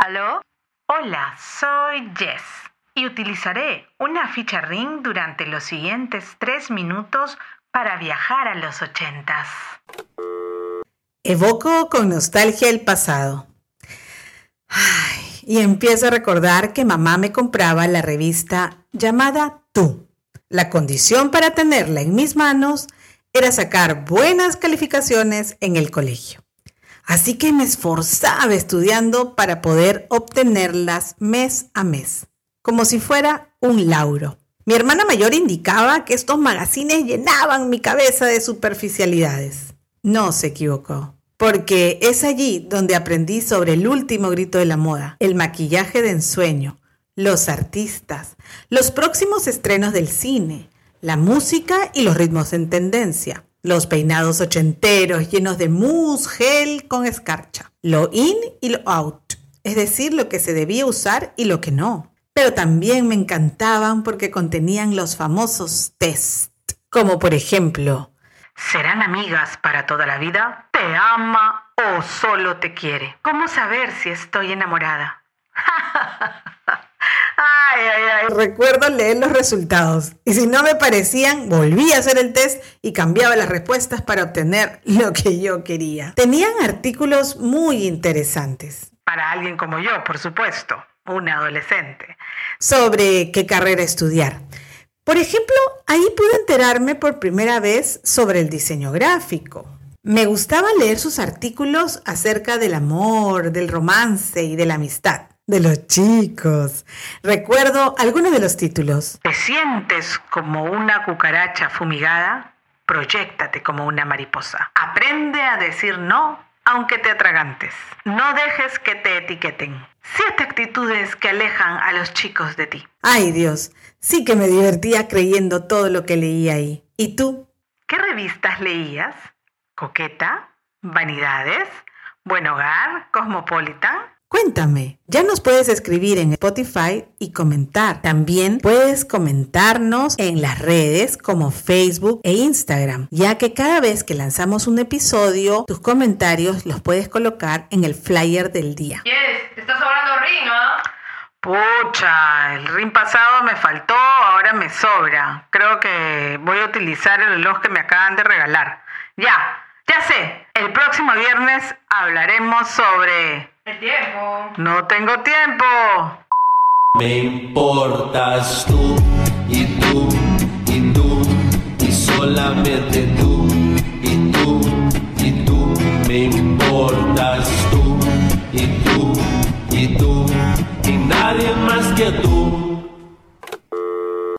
¿Aló? Hola, soy Jess y utilizaré una ficha Ring durante los siguientes 3 minutos para viajar a los 80s. Evoco con nostalgia el pasado. Y empiezo a recordar que mamá me compraba la revista llamada Tú. La condición para tenerla en mis manos era sacar buenas calificaciones en el colegio. Así que me esforzaba estudiando para poder obtenerlas mes a mes, como si fuera un lauro. Mi hermana mayor indicaba que estos magazines llenaban mi cabeza de superficialidades. No se equivocó, porque es allí donde aprendí sobre el último grito de la moda, el maquillaje de ensueño, los artistas, los próximos estrenos del cine, la música y los ritmos en tendencia. Los peinados ochenteros llenos de mousse, gel con escarcha. Lo in y lo out, es decir, lo que se debía usar y lo que no. Pero también me encantaban porque contenían los famosos test, como por ejemplo: ¿serán amigas para toda la vida? ¿Te ama o solo te quiere? ¿Cómo saber si estoy enamorada? Recuerdo leer los resultados y si no me parecían, volvía a hacer el test y cambiaba las respuestas para obtener lo que yo quería. Tenían artículos muy interesantes. Para alguien como yo, por supuesto, una adolescente. Sobre qué carrera estudiar. Por ejemplo, ahí pude enterarme por primera vez sobre el diseño gráfico. Me gustaba leer sus artículos acerca del amor, del romance y de la amistad. De los chicos. Recuerdo algunos de los títulos. ¿Te sientes como una cucaracha fumigada? Proyéctate como una mariposa. Aprende a decir no, aunque te atragantes. No dejes que te etiqueten. 7 actitudes que alejan a los chicos de ti. Ay, Dios, sí que me divertía creyendo todo lo que leía ahí. ¿Y tú? ¿Qué revistas leías? ¿Coqueta? ¿Vanidades? ¿Buen Hogar? ¿Cosmopolitan? Cuéntame, ya nos puedes escribir en Spotify y comentar. También puedes comentarnos en las redes como Facebook e Instagram, ya que cada vez que lanzamos un episodio, tus comentarios los puedes colocar en el flyer del día. Yes, te está sobrando ring, ¿no? Pucha, el ring pasado me faltó, ahora me sobra. Creo que voy a utilizar el reloj que me acaban de regalar. Ya sé, el próximo viernes hablaremos sobre... El tiempo. No tengo tiempo. Me importas tú, y tú, y tú, y solamente tú, y tú, y tú. Me importas tú, y tú, y tú, y nadie más que tú.